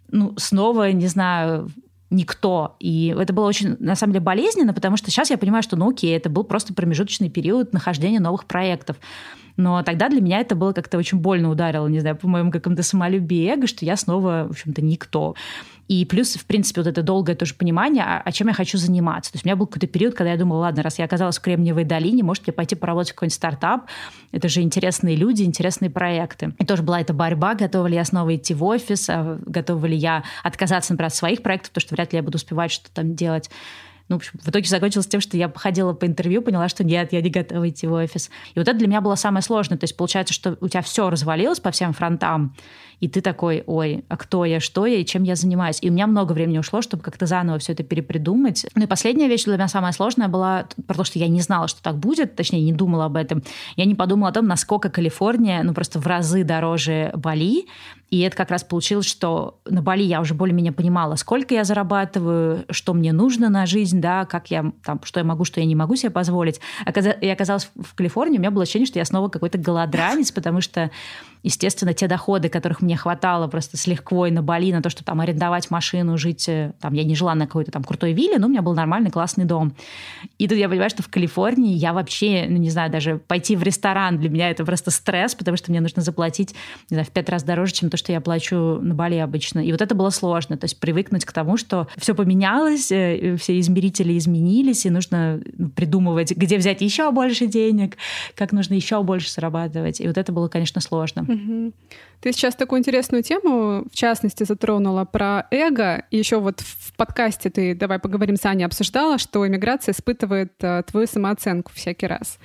снова, не знаю, никто. И это было очень, на самом деле, болезненно, потому что сейчас я понимаю, что, окей, это был просто промежуточный период нахождения новых проектов. Но тогда для меня это было как-то очень больно ударило, не знаю, по моему какому-то самолюбию и эго, что я снова, в общем-то, никто. И плюс, в принципе, вот это долгое тоже понимание, а чем я хочу заниматься. То есть у меня был какой-то период, когда я думала, ладно, раз я оказалась в Кремниевой долине, может, мне пойти поработать в какой-нибудь стартап. Это же интересные люди, интересные проекты. И тоже была эта борьба, готова ли я снова идти в офис, готова ли я отказаться, например, от своих проектов, потому что вряд ли я буду успевать что-то там делать. В общем, в итоге закончилось тем, что я походила по интервью, поняла, что нет, я не готова идти в офис. И вот это для меня было самое сложное. То есть получается, что у тебя все развалилось по всем фронтам, и ты такой, ой, а кто я, что я и чем я занимаюсь? И у меня много времени ушло, чтобы как-то заново все это перепридумать. Ну и последняя вещь для меня самая сложная была про то, что я не знала, что так будет, точнее, не думала об этом. Я не подумала о том, насколько Калифорния, просто в разы дороже Бали. И это как раз получилось, что на Бали я уже более-менее понимала, сколько я зарабатываю, что мне нужно на жизнь, да, как я там, что я могу, что я не могу себе позволить. Я оказалась в Калифорнии, у меня было ощущение, что я снова какой-то голодранец, потому что, естественно, те доходы, которых мне хватало просто с лихвой на Бали, на то, что там арендовать машину, жить, там, я не жила на какой-то там крутой вилле, но у меня был нормальный классный дом. И тут я понимаю, что в Калифорнии я вообще, не знаю, даже пойти в ресторан для меня это просто стресс, потому что мне нужно заплатить, не знаю, в 5 раз дороже, чем то, что я плачу на Бали обычно. И вот это было сложно, то есть привыкнуть к тому, что все поменялось, все измерители изменились, и нужно придумывать, где взять еще больше денег, как нужно еще больше зарабатывать. И вот это было, конечно, сложно. Ты сейчас такую интересную тему, в частности, затронула про эго. И еще вот в подкасте ты, давай поговорим, с Аней, обсуждала, что иммиграция испытывает твою самооценку всякий раз.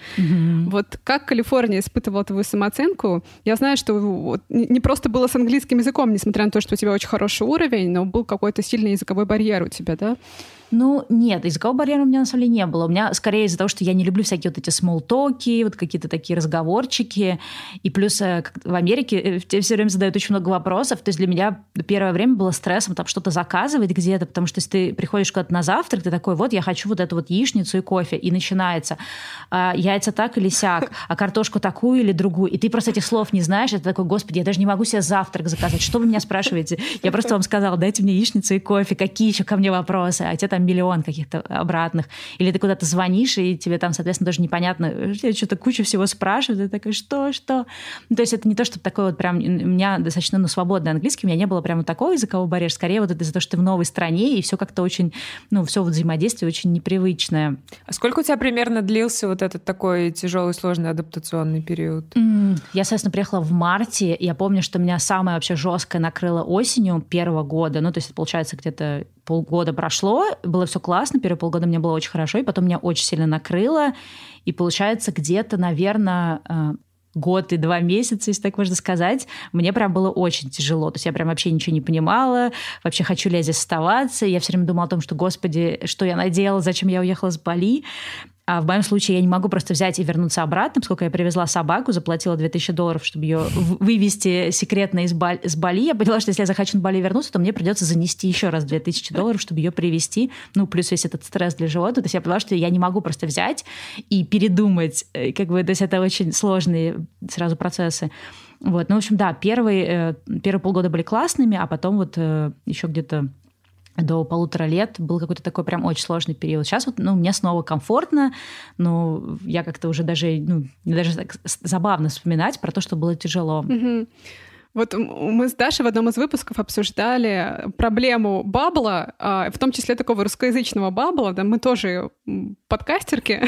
Вот как Калифорния испытывала твою самооценку? Я знаю, что вот, не просто было с английским языком, несмотря на то, что у тебя очень хороший уровень, но был какой-то сильный языковой барьер у тебя, да? Ну, нет, языкового барьера у меня на самом деле не было. У меня скорее из-за того, что я не люблю всякие вот эти смолтоки, вот какие-то такие разговорчики. И плюс в Америке тебе все время задают очень много вопросов. То есть для меня первое время было стрессом там что-то заказывать где-то, потому что если ты приходишь куда-то на завтрак, ты такой, вот я хочу вот эту вот яичницу и кофе. И начинается яйца так или сяк, а картошку такую или другую. И ты просто этих слов не знаешь. И ты такой, господи, я даже не могу себе завтрак заказать. Что вы меня спрашиваете? Я просто вам сказала, дайте мне яичницу и кофе. Какие еще ко мне вопросы? А тебе там миллион каких-то обратных. Или ты куда-то звонишь, и тебе там, соответственно, даже непонятно, что-то кучу всего спрашивают, и ты такой, что? Ну, то есть это не то, чтобы такой вот прям... У меня достаточно свободный английский, у меня не было прямо такого языкового барьера, скорее вот это из-за того, что ты в новой стране, и все как-то очень... все вот взаимодействие очень непривычное. А сколько у тебя примерно длился вот этот такой тяжелый, сложный адаптационный период? Я, соответственно, приехала в марте. Я помню, что меня самое вообще жесткое накрыло осенью первого года. Ну, то есть, получается, где-то полгода прошло, было все классно, первые полгода мне было очень хорошо, и потом меня очень сильно накрыло, и получается где-то, наверное, год и 2 месяца, если так можно сказать, мне прям было очень тяжело, то есть я прям вообще ничего не понимала, вообще хочу ли я здесь оставаться, я все время думала о том, что, господи, что я наделала, зачем я уехала с Бали. А в моем случае я не могу просто взять и вернуться обратно, поскольку я привезла собаку, заплатила $2000, чтобы ее вывести секретно с Бали. Я поняла, что если я захочу на Бали вернуться, то мне придется занести еще раз $2000, чтобы ее привезти. Ну, плюс весь этот стресс для животных. То есть я поняла, что я не могу просто взять и передумать. То есть это очень сложные сразу процессы. Вот. Ну, в общем, да, первые полгода были классными, а потом вот еще где-то до 1,5 лет был какой-то такой прям очень сложный период. Сейчас вот, мне снова комфортно, но я как-то уже даже, мне даже так забавно вспоминать про то, что было тяжело. Вот мы с Дашей в одном из выпусков обсуждали проблему бабла, в том числе такого русскоязычного бабла. Да, мы тоже подкастерки,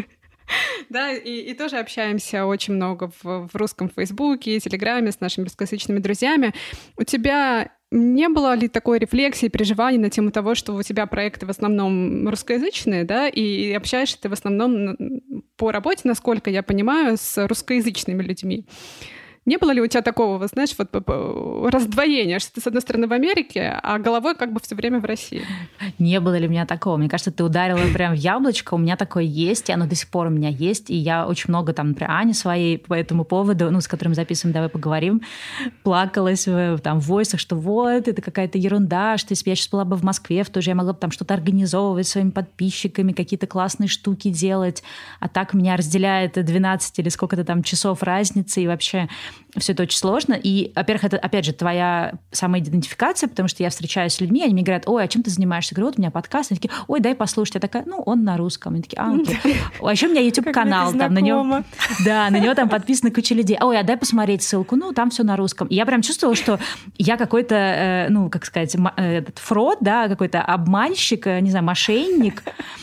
да, и тоже общаемся очень много в русском Фейсбуке, Телеграме с нашими русскоязычными друзьями. У тебя не было ли такой рефлексии, переживаний на тему того, что у тебя проекты в основном русскоязычные, да, и общаешься ты в основном по работе, насколько я понимаю, с русскоязычными людьми? Не было ли у тебя такого, знаешь, вот раздвоения, что ты, с одной стороны, в Америке, а головой как бы все время в России? Не было ли у меня такого? Мне кажется, ты ударила прям в яблочко. У меня такое есть, и оно до сих пор у меня есть. И я очень много там, например, Ане своей по этому поводу, с которым записываем «Давай поговорим», плакалась там в войсах, что вот, это какая-то ерунда, что если бы я сейчас была бы в Москве, в той же я могла бы там что-то организовывать своими подписчиками, какие-то классные штуки делать. А так меня разделяет 12 или сколько-то там часов разницы, и вообще... Все это очень сложно. И, во-первых, это, опять же, твоя самоидентификация, потому что я встречаюсь с людьми, они мне говорят, ой, а чем ты занимаешься? Я говорю, вот у меня подкаст. Они такие, ой, дай послушать. Я такая, он на русском. Они такие, окей. А еще у меня YouTube-канал. Там, на него там подписана куча людей. Ой, а дай посмотреть ссылку. Там все на русском. И я прям чувствовала, что я какой-то, как сказать, фрод, да, какой-то обманщик, не знаю, мошенник,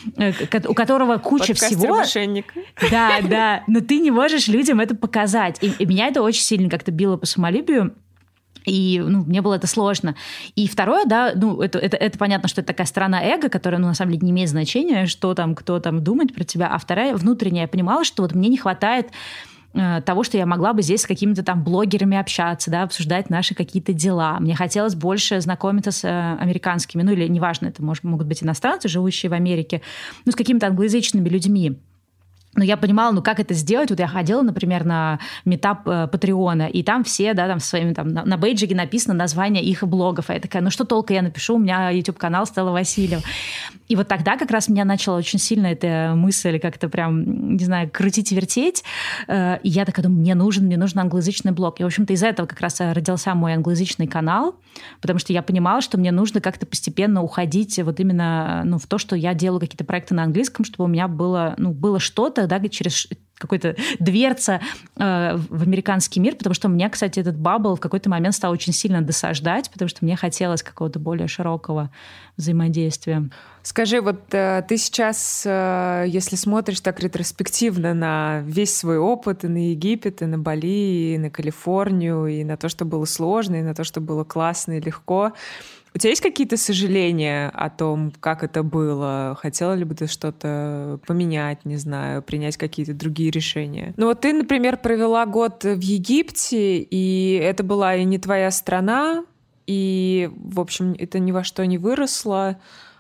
у которого куча всего. Подкастер-мошенник. Да, но ты не можешь людям это показать. И меня это очень сильно как-то било по самолюбию. И мне было это сложно. И второе, да, это понятно, что это такая сторона эго, которая, на самом деле, не имеет значения, что там, кто там думает про тебя. А вторая, внутренняя, я понимала, что вот мне не хватает того, что я могла бы здесь с какими-то там блогерами общаться, да, обсуждать наши какие-то дела. Мне хотелось больше знакомиться с американскими, или неважно, это могут быть иностранцы, живущие в Америке, с какими-то англоязычными людьми. Но я понимала, как это сделать. Вот я ходила, например, на митап Патреона, и там все, да, там своими там на бейджике написано название их блогов. А я такая, что толку я напишу, у меня YouTube-канал Стелла Васильева. И вот тогда как раз меня начала очень сильно эта мысль как-то прям, не знаю, крутить и вертеть. И я такая думаю, мне нужен англоязычный блог. И, в общем-то, из-за этого как раз родился мой англоязычный канал, потому что я понимала, что мне нужно как-то постепенно уходить вот именно в то, что я делаю какие-то проекты на английском, чтобы у меня было что-то, да, через какой-то дверца в американский мир, потому что мне, кстати, этот бабл в какой-то момент стал очень сильно досаждать, потому что мне хотелось какого-то более широкого взаимодействия. Скажи, вот ты сейчас, если смотришь так ретроспективно на весь свой опыт, и на Египет, и на Бали, и на Калифорнию, и на то, что было сложно, и на то, что было классно и легко, у тебя есть какие-то сожаления о том, как это было? Хотела ли бы ты что-то поменять, не знаю, принять какие-то другие решения? Ну вот ты, например, провела год в Египте, и это была и не твоя страна, и, в общем, это ни во что не выросло.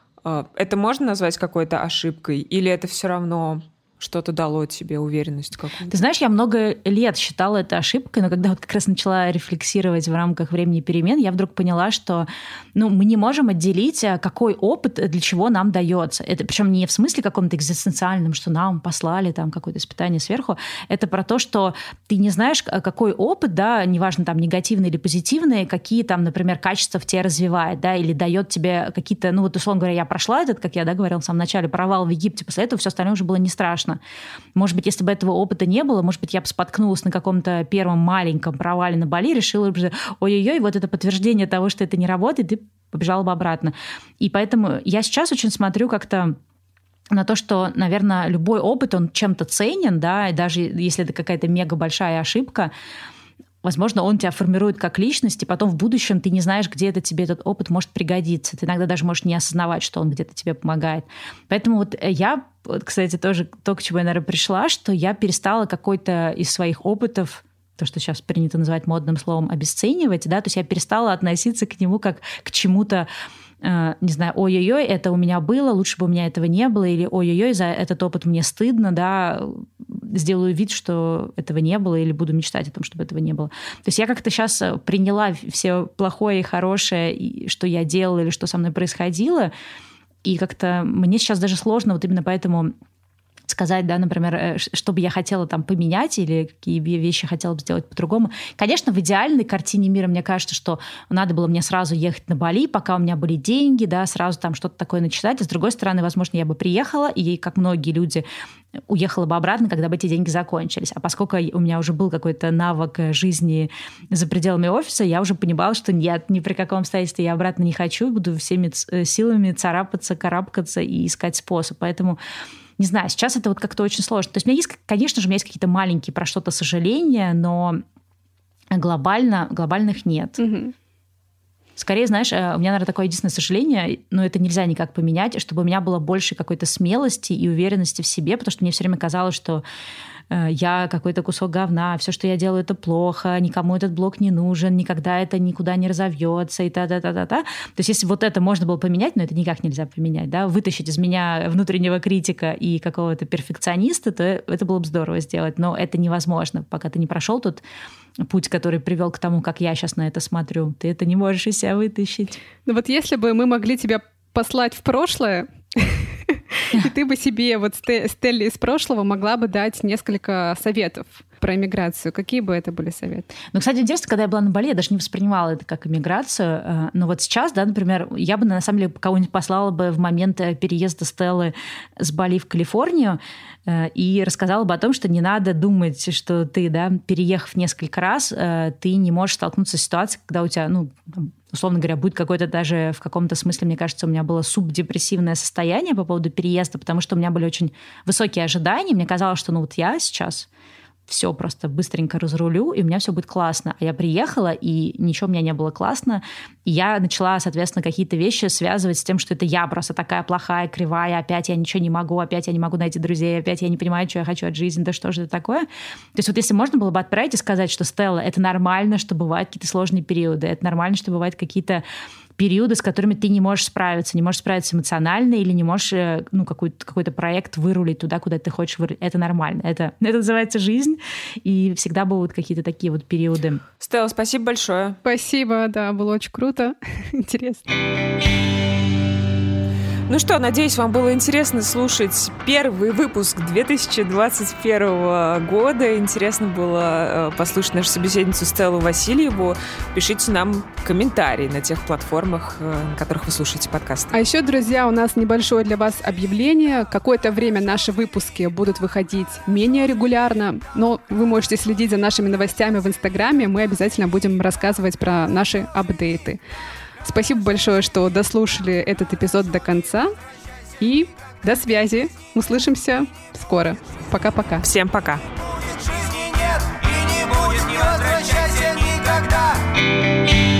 Это можно назвать какой-то ошибкой? Или это все равно что-то дало тебе уверенность какую-то? Ты знаешь, я много лет считала это ошибкой, но когда вот как раз начала рефлексировать в рамках времени перемен, я вдруг поняла, что мы не можем отделить, какой опыт для чего нам дается. Это причем не в смысле каком-то экзистенциальном, что нам послали там какое-то испытание сверху. Это про то, что ты не знаешь, какой опыт, да, неважно, там, негативный или позитивный, какие там, например, качества в тебе развивает, да, или дает тебе какие-то, вот условно говоря, я прошла этот, как я, да, говорила в самом начале, провал в Египте, после этого все остальное уже было не страшно. Может быть, если бы этого опыта не было, может быть, я бы споткнулась на каком-то первом маленьком провале на Бали, решила бы, ой-ой-ой, вот это подтверждение того, что это не работает, и побежала бы обратно. И поэтому я сейчас очень смотрю как-то на то, что, наверное, любой опыт, он чем-то ценен, да, и даже если это какая-то мега большая ошибка, возможно, он тебя формирует как личность, и потом в будущем ты не знаешь, где тебе этот опыт может пригодиться. Ты иногда даже можешь не осознавать, что он где-то тебе помогает. Поэтому вот я, кстати, тоже то, к чему я, наверное, пришла, что я перестала какой-то из своих опытов, то, что сейчас принято называть модным словом, обесценивать, да, то есть я перестала относиться к нему как к чему-то, не знаю, ой-ой-ой, это у меня было, лучше бы у меня этого не было, или ой-ой-ой, за этот опыт мне стыдно, да, сделаю вид, что этого не было, или буду мечтать о том, чтобы этого не было. То есть я как-то сейчас приняла все плохое и хорошее, что я делала или что со мной происходило, и как-то мне сейчас даже сложно вот именно поэтому сказать, да, например, что бы я хотела там поменять или какие вещи хотела бы сделать по-другому. Конечно, в идеальной картине мира мне кажется, что надо было мне сразу ехать на Бали, пока у меня были деньги, да, сразу там что-то такое начинать. А с другой стороны, возможно, я бы приехала и, как многие люди, уехала бы обратно, когда бы эти деньги закончились. А поскольку у меня уже был какой-то навык жизни за пределами офиса, я уже понимала, что нет, ни при каком обстоятельстве я обратно не хочу, буду всеми силами царапаться, карабкаться и искать способ. Поэтому не знаю, сейчас это вот как-то очень сложно. То есть у меня есть, конечно же, у меня есть какие-то маленькие про что-то сожаления, но глобальных нет. Угу. Скорее, знаешь, у меня, наверное, такое единственное сожаление, но это нельзя никак поменять, чтобы у меня было больше какой-то смелости и уверенности в себе, потому что мне все время казалось, что я какой-то кусок говна, все, что я делаю, это плохо, никому этот блог не нужен, никогда это никуда не разовьется и та-та-та-та-та. То есть если вот это можно было поменять, но это никак нельзя поменять, да, вытащить из меня внутреннего критика и какого-то перфекциониста, то это было бы здорово сделать, но это невозможно, пока ты не прошел тот путь, который привел к тому, как я сейчас на это смотрю. Ты это не можешь из себя вытащить. Ну вот если бы мы могли тебя послать в прошлое, и ты бы себе, вот Стелле из прошлого, могла бы дать несколько советов про эмиграцию. Какие бы это были советы? Ну, кстати, интересно, когда я была на Бали, я даже не воспринимала это как эмиграцию. Но вот сейчас, да, например, я бы, на самом деле, кого-нибудь послала бы в момент переезда Стеллы с Бали в Калифорнию и рассказала бы о том, что не надо думать, что ты, да, переехав несколько раз, ты не можешь столкнуться с ситуацией, когда у тебя, условно говоря, будет какое-то даже в каком-то смысле, мне кажется, у меня было субдепрессивное состояние по поводу переезда, потому что у меня были очень высокие ожидания. Мне казалось, что вот я сейчас все просто быстренько разрулю, и у меня все будет классно. А я приехала, и ничего у меня не было классно. И я начала, соответственно, какие-то вещи связывать с тем, что это я просто такая плохая, кривая, опять я ничего не могу, опять я не могу найти друзей, опять я не понимаю, что я хочу от жизни, да что же это такое. То есть вот если можно было бы отправить и сказать, что, Стелла, это нормально, что бывают какие-то сложные периоды, это нормально, что бывают какие-то периоды, с которыми ты не можешь справиться эмоционально или не можешь какой-то проект вырулить туда, куда ты хочешь вырулить. Это нормально. Это называется жизнь, и всегда будут какие-то такие вот периоды. Стелла, спасибо большое. Спасибо, да, было очень круто, интересно. Ну что, надеюсь, вам было интересно слушать первый выпуск 2021 года. Интересно было послушать нашу собеседницу Стеллу Васильеву. Пишите нам комментарии на тех платформах, на которых вы слушаете подкасты. А еще, друзья, у нас небольшое для вас объявление. Какое-то время наши выпуски будут выходить менее регулярно, но вы можете следить за нашими новостями в Инстаграме. Мы обязательно будем рассказывать про наши апдейты. Спасибо большое, что дослушали этот эпизод до конца. И до связи. Услышимся скоро. Пока-пока. Всем пока. Жизни нет и не будет, не возвращайся никогда.